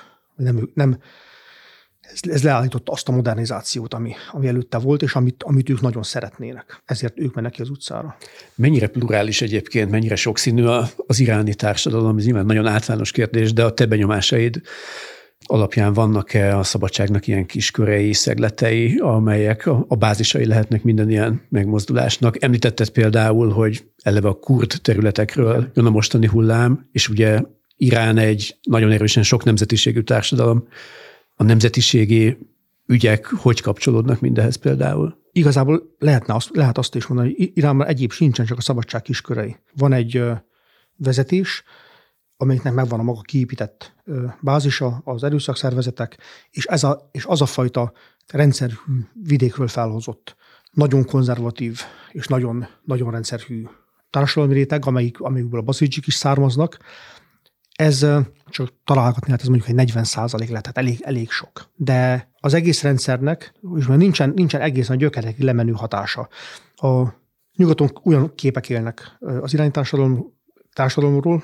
Ez leállította azt a modernizációt, ami előtte volt, és amit ők nagyon szeretnének. Ezért ők mennek ki az utcára. Mennyire plurális egyébként, mennyire sokszínű az iráni társadalom? Ez nyilván nagyon általános kérdés, de a te benyomásaid alapján vannak-e a szabadságnak ilyen kiskörei, szegletei, amelyek a bázisai lehetnek minden ilyen megmozdulásnak? Említetted például, hogy eleve a kurd területekről jön a mostani hullám, és ugye Irán egy nagyon erősen sok nemzetiségű társadalom. A nemzetiségi ügyek hogy kapcsolódnak mindehez például? Igazából lehet azt is mondani, hogy Iránban egyéb sincsen, csak a szabadság kiskörei. Van egy vezetés, amelyiknek megvan a maga kiépített bázisa, az erőszakszervezetek, és az a fajta rendszerhű, vidékről felhozott, nagyon konzervatív és nagyon, nagyon rendszerhű társadalmi réteg, amelyikből a baszidzsik is származnak. Ez csak találgatni lehet, ez mondjuk egy 40% lehet, tehát elég sok. De az egész rendszernek nincsen egészen a gyökerekig lemenő hatása. A nyugaton olyan képek élnek az iráni társadalomról,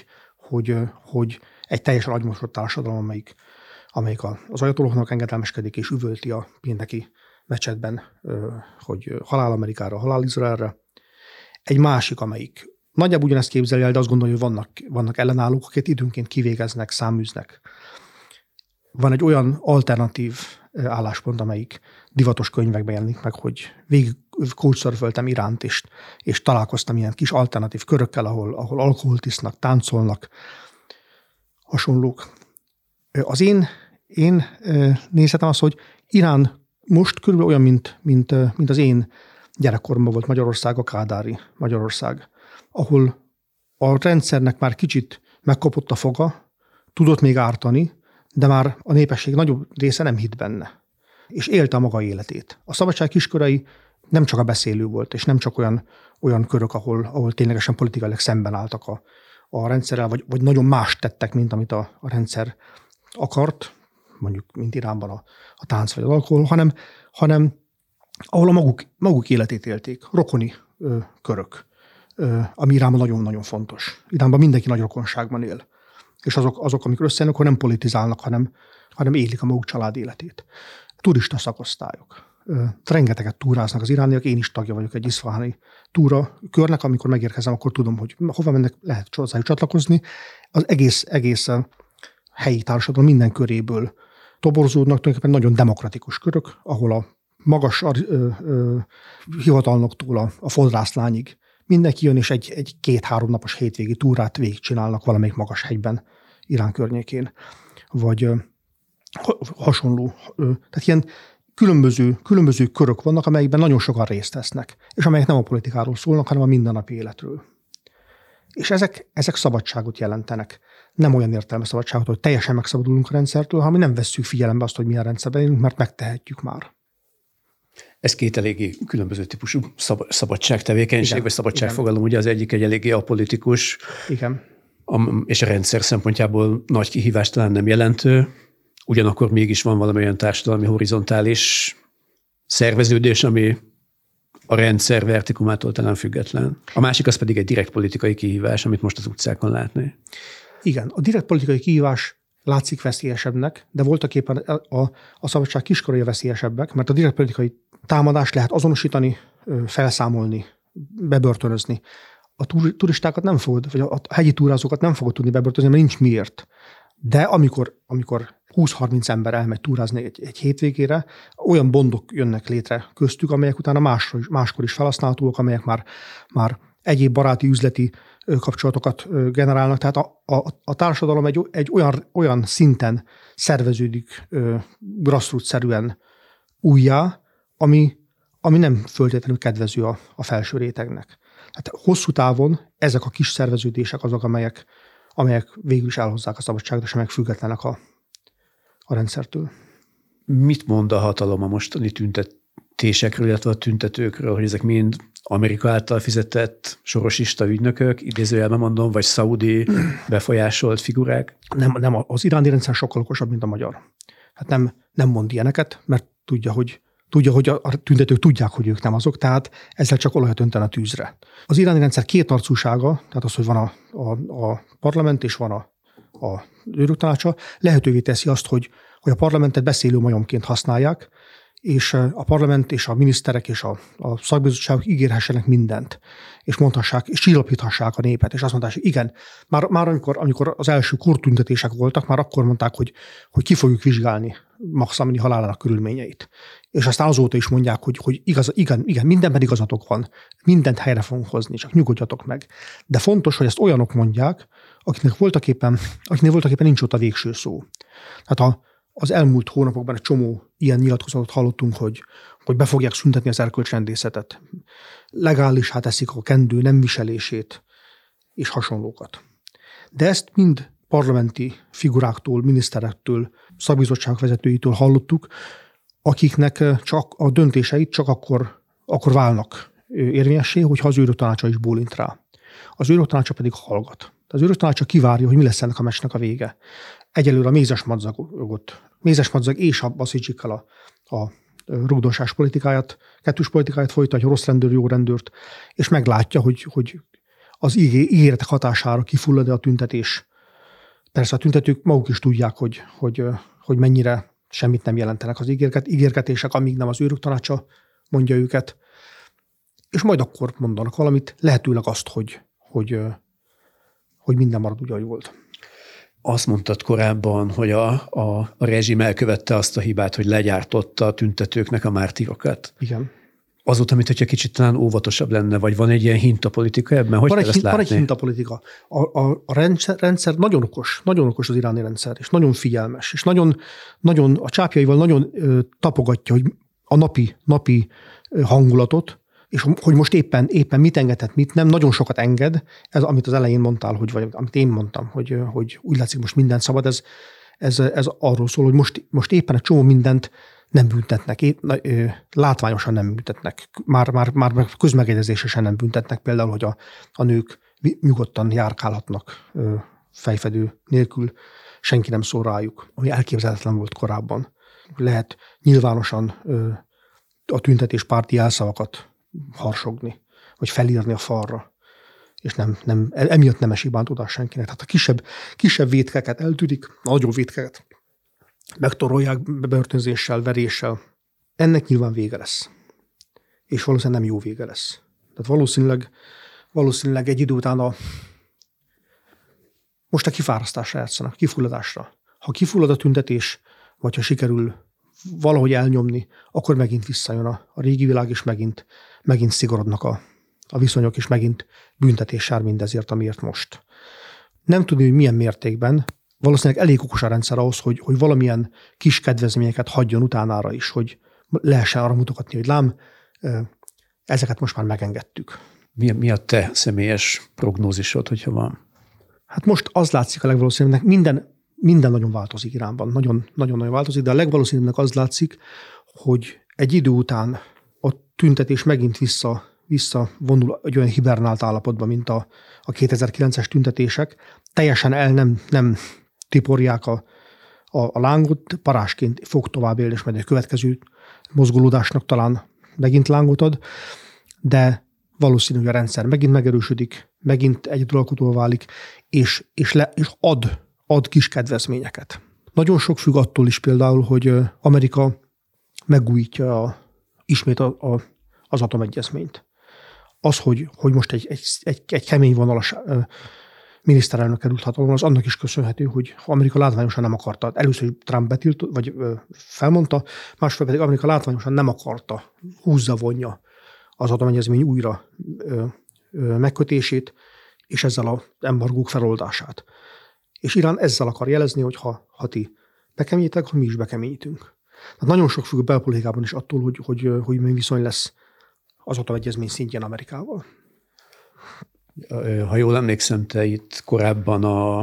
hogy egy teljesen agymosott társadalom, amelyik az ajatollahnak engedelmeskedik és üvölti a pénteki mecsetben, hogy halál Amerikára, halál Izraelre. Egy másik, amelyik nagyjából ugyanezt képzeli el, de azt gondolja, hogy vannak ellenállók, akiket időnként kivégeznek, száműznek. Van egy olyan alternatív álláspont, amelyik divatos könyvekben jelenik meg, hogy végig couchsurföltem Iránt, és találkoztam ilyen kis alternatív körökkel, ahol alkoholt isznak, táncolnak, hasonlók. Az én nézetem az, hogy Irán most körülbelül olyan, mint az én gyerekkoromban volt Magyarország, a kádári Magyarország, ahol a rendszernek már kicsit megkapott a foga, tudott még ártani, de már a népesség nagyobb része nem hitt benne, és élte a maga életét. A szabadság kiskörei nem csak a beszélő volt, és nem csak olyan körök, ahol ténylegesen politikailag szemben álltak a rendszerrel, vagy nagyon más tettek, mint amit a rendszer akart, mondjuk mint Iránban a tánc vagy az alkohol, hanem ahol a maguk életét élték, rokoni körök, ami Iránban nagyon-nagyon fontos. Iránban mindenki nagy rokonságban él. És azok amikor összejönnek, akkor nem politizálnak, hanem élik a maguk család életét. Turista szakosztályok. Rengeteget túráznak az irániak, én is tagja vagyok egy iszfahani túra körnek, amikor megérkezem, akkor tudom, hogy hova mennek, lehet hozzájuk csatlakozni. Az egész helyi társadalom minden köréből toborzódnak, tulajdonképpen nagyon demokratikus körök, ahol a magas hivatalnoktól a fodrászlányig mindenki jön, és egy 2-3 napos hétvégi túrát végigcsinálnak valamelyik magas hegyben Irán környékén. Vagy hasonló. Tehát ilyen különböző körök vannak, amelyekben nagyon sokan részt vesznek, és amelyek nem a politikáról szólnak, hanem a mindennapi életről. És ezek szabadságot jelentenek. Nem olyan értelme szabadságot, hogy teljesen megszabadulunk a rendszertől, hanem nem vesszük figyelembe azt, hogy milyen rendszerben élünk, mert megtehetjük már. Ez két eléggé különböző típusú szabadságtevékenység, igen, vagy szabadságfogalom. Ugye az egyik egy eléggé apolitikus, igen. És a rendszer szempontjából nagy kihívást talán nem jelentő. Ugyanakkor mégis van valami olyan társadalmi horizontális szerveződés, ami a rendszer vertikumától talán független. A másik az pedig egy direkt politikai kihívás, amit most az utcákon látni. Igen, a direkt politikai kihívás látszik veszélyesebbnek, de voltak éppen a szabadság kiskorai veszélyesebbek, mert a direkt politikai támadást lehet azonosítani, felszámolni, bebörtönözni. A turistákat nem fogod, vagy a hegyi túrázókat nem fogod tudni bebörtönözni, mert nincs miért. De amikor 20-30 ember elmegy túrázni egy hétvégére, olyan bondok jönnek létre köztük, amelyek utána máskor is felhasználhatóak, amelyek már egyéb baráti, üzleti kapcsolatokat generálnak. Tehát a társadalom egy olyan szinten szerveződik grassroots-szerűen újjá, ami nem föltétlenül kedvező a felső rétegnek. Tehát hosszú távon ezek a kis szerveződések azok, amelyek végül is elhozzák a szabadságot, és amelyek függetlenek a rendszertől. Mit mond a hatalom a mostani tüntetésekről, illetve a tüntetőkről, hogy ezek mind Amerika által fizetett sorosista ügynökök, idézőjelben mondom, vagy szaudi befolyásolt figurák? Nem, az iráni rendszer sokkal okosabb, mint a magyar. Hát nem mond ilyeneket, mert tudja, hogy a tüntetők tudják, hogy ők nem azok, tehát ezzel csak olajat önten a tűzre. Az iráni rendszer kétarcúsága, tehát az, hogy van a parlament és van a őröktanácsa, lehetővé teszi azt, hogy a parlamentet beszélő majomként használják, és a parlament és a miniszterek és a szakbizottságok ígérhessenek mindent, és mondhassák, és csillapíthassák a népet, és azt mondták, hogy igen, már amikor az első kurtüntetések voltak, már akkor mondták, hogy ki fogjuk vizsgálni Mahsa Amini halálának körülményeit. És aztán azóta is mondják, hogy igen, mindenben igazatok van, mindent helyre fogunk hozni, csak nyugodjatok meg. De fontos, hogy ezt olyanok mondják, akiknek voltak éppen nincs ott a végső szó. Tehát az elmúlt hónapokban egy csomó ilyen nyilatkozatot hallottunk, hogy be fogják szüntetni az erkölcsrendészetet. Legálissá teszik a kendő nem viselését, és hasonlókat. De ezt mind parlamenti figuráktól, miniszterektől, szakbizottságok vezetőitől hallottuk, akiknek csak a döntéseit csak akkor válnak érvényessé, hogyha az őröktanácsa is bólint rá. Az őröktanácsa pedig hallgat. Az őröktanácsa kivárja, hogy mi lesz ennek a meccsnek a vége. Egyelőre a Mézes Madzag és a Baszidzsikkal a rugdosás politikáját, kettős politikáját folytatja, rossz rendőr, jó rendőrt, és meglátja, hogy az ígéretek hatására kifullad-e a tüntetés. Persze a tüntetők maguk is tudják, hogy mennyire semmit nem jelentenek az ígérgetések, amíg nem az őröktanácsa mondja őket, és majd akkor mondanak valamit, lehetőleg azt, hogy minden marad úgy, ahogy volt. Azt mondtad korábban, hogy a rezsim elkövette azt a hibát, hogy legyártotta a tüntetőknek a mártírokat. Igen. Azóta, mint hogyha kicsit talán óvatosabb lenne, vagy van egy ilyen hintapolitika ebben? Hogy van egy hintapolitika. A rendszer nagyon okos az iráni rendszer, és nagyon figyelmes, és nagyon a csápjaival nagyon tapogatja, hogy a napi hangulatot, és hogy most éppen mit engedhet, mit nem, nagyon sokat enged, ez amit az elején mondtál, vagy amit én mondtam, hogy úgy látszik most mindent szabad, ez arról szól, hogy most éppen egy csomó mindent nem büntetnek, látványosan nem büntetnek, már közmegegyezésesen nem büntetnek, például, hogy a nők nyugodtan járkálhatnak fejfedő nélkül senki nem szól rájuk, ami elképzelhetetlen volt korábban. Lehet nyilvánosan a tüntetéspárti jelszavakat harsogni, vagy felírni a falra, és emiatt nem esik bántódás senkinek. Tehát a kisebb vétkeket eltűnik, a nagyobb vétkeket megtorolják bebörtönzéssel, veréssel. Ennek nyilván vége lesz. És valószínűleg nem jó vége lesz. Tehát valószínűleg egy idő után most a kifárasztásra játszanak, kifulladásra. Ha kifullad a tüntetés, vagy ha sikerül valahogy elnyomni, akkor megint visszajön a régi világ, és megint szigorodnak a viszonyok, és megint büntetés jár mindezért, amiért most. Nem tudni, hogy milyen mértékben, valószínűleg elég okos a rendszer ahhoz, hogy valamilyen kis kedvezményeket hagyjon utánára is, hogy lehessen arra mutogatni, hogy lám, ezeket most már megengedtük. Mi a te személyes prognózisod, hogyha van? Hát most az látszik a legvalószínűbbnek, minden nagyon változik Iránban, nagyon-nagyon változik, de a legvalószínűbbnek az látszik, hogy egy idő után a tüntetés megint visszavonul egy olyan hibernált állapotba, mint a 2009-es tüntetések. Teljesen nem tiporják a lángot, parázsként fog tovább élni, és majd a következő mozgolódásnak talán megint lángot ad, de valószínű, hogy a rendszer megint megerősödik, megint egyedülalkotóvá válik, és ad kis kedvezményeket. Nagyon sok függ attól is például, hogy Amerika megújítja ismét az atomegyezményt. Az, hogy most egy kemény vonalas miniszterelnök került hatalomra, az annak is köszönhető, hogy Amerika látványosan nem akarta. Először Trump betiltott, vagy felmondta, másfél pedig Amerika látványosan nem akarta, húzza-vonja az atomegyezmény újra megkötését, és ezzel az embargók feloldását. És Irán ezzel akar jelezni, hogy ha ti bekeményítek, akkor mi is bekeményítünk. Tehát nagyon sok függ a belpolitikában is attól, hogy mi viszony lesz az atomegyezmény szintjén Amerikával. Ha jól emlékszem, te itt korábban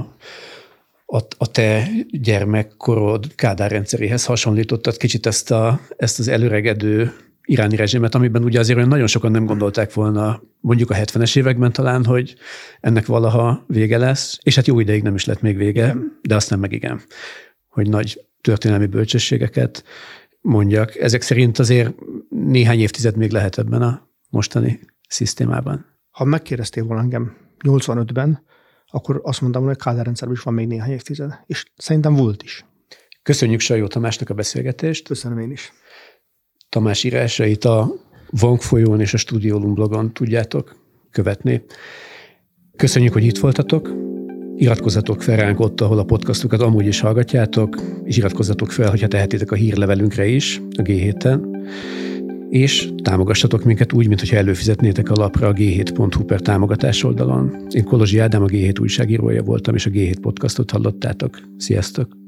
a te gyermekkorod Kádár rendszeréhez hasonlítottad kicsit ezt az előregedő iráni rezsimet, amiben ugye azért olyan nagyon sokan nem gondolták volna, mondjuk a 70-es években talán, hogy ennek valaha vége lesz, és hát jó ideig nem is lett még vége, de aztán meg igen, hogy nagy történelmi bölcsességeket mondjak. Ezek szerint azért néhány évtized még lehet ebben a mostani szisztémában. Ha megkérdeztél volna engem 85-ben, akkor azt mondtam, hogy a Kádár rendszerben is van még néhány évtized, és szerintem volt is. Köszönjük Sajó Tamásnak a beszélgetést. Köszönöm én is. Tamás írásait a Vang folyón és a Studiolum blogon tudjátok követni. Köszönjük, hogy itt voltatok. Iratkozzatok fel ránk ott, ahol a podcastokat amúgy is hallgatjátok, és iratkozzatok fel, hogyha tehetitek a hírlevelünkre is, a G7-en. És támogassatok minket úgy, mintha előfizetnétek a lapra a g7.hu támogatás oldalon. Én Kolozsi Ádám, a G7 újságírója voltam, és a G7 podcastot hallottátok. Sziasztok!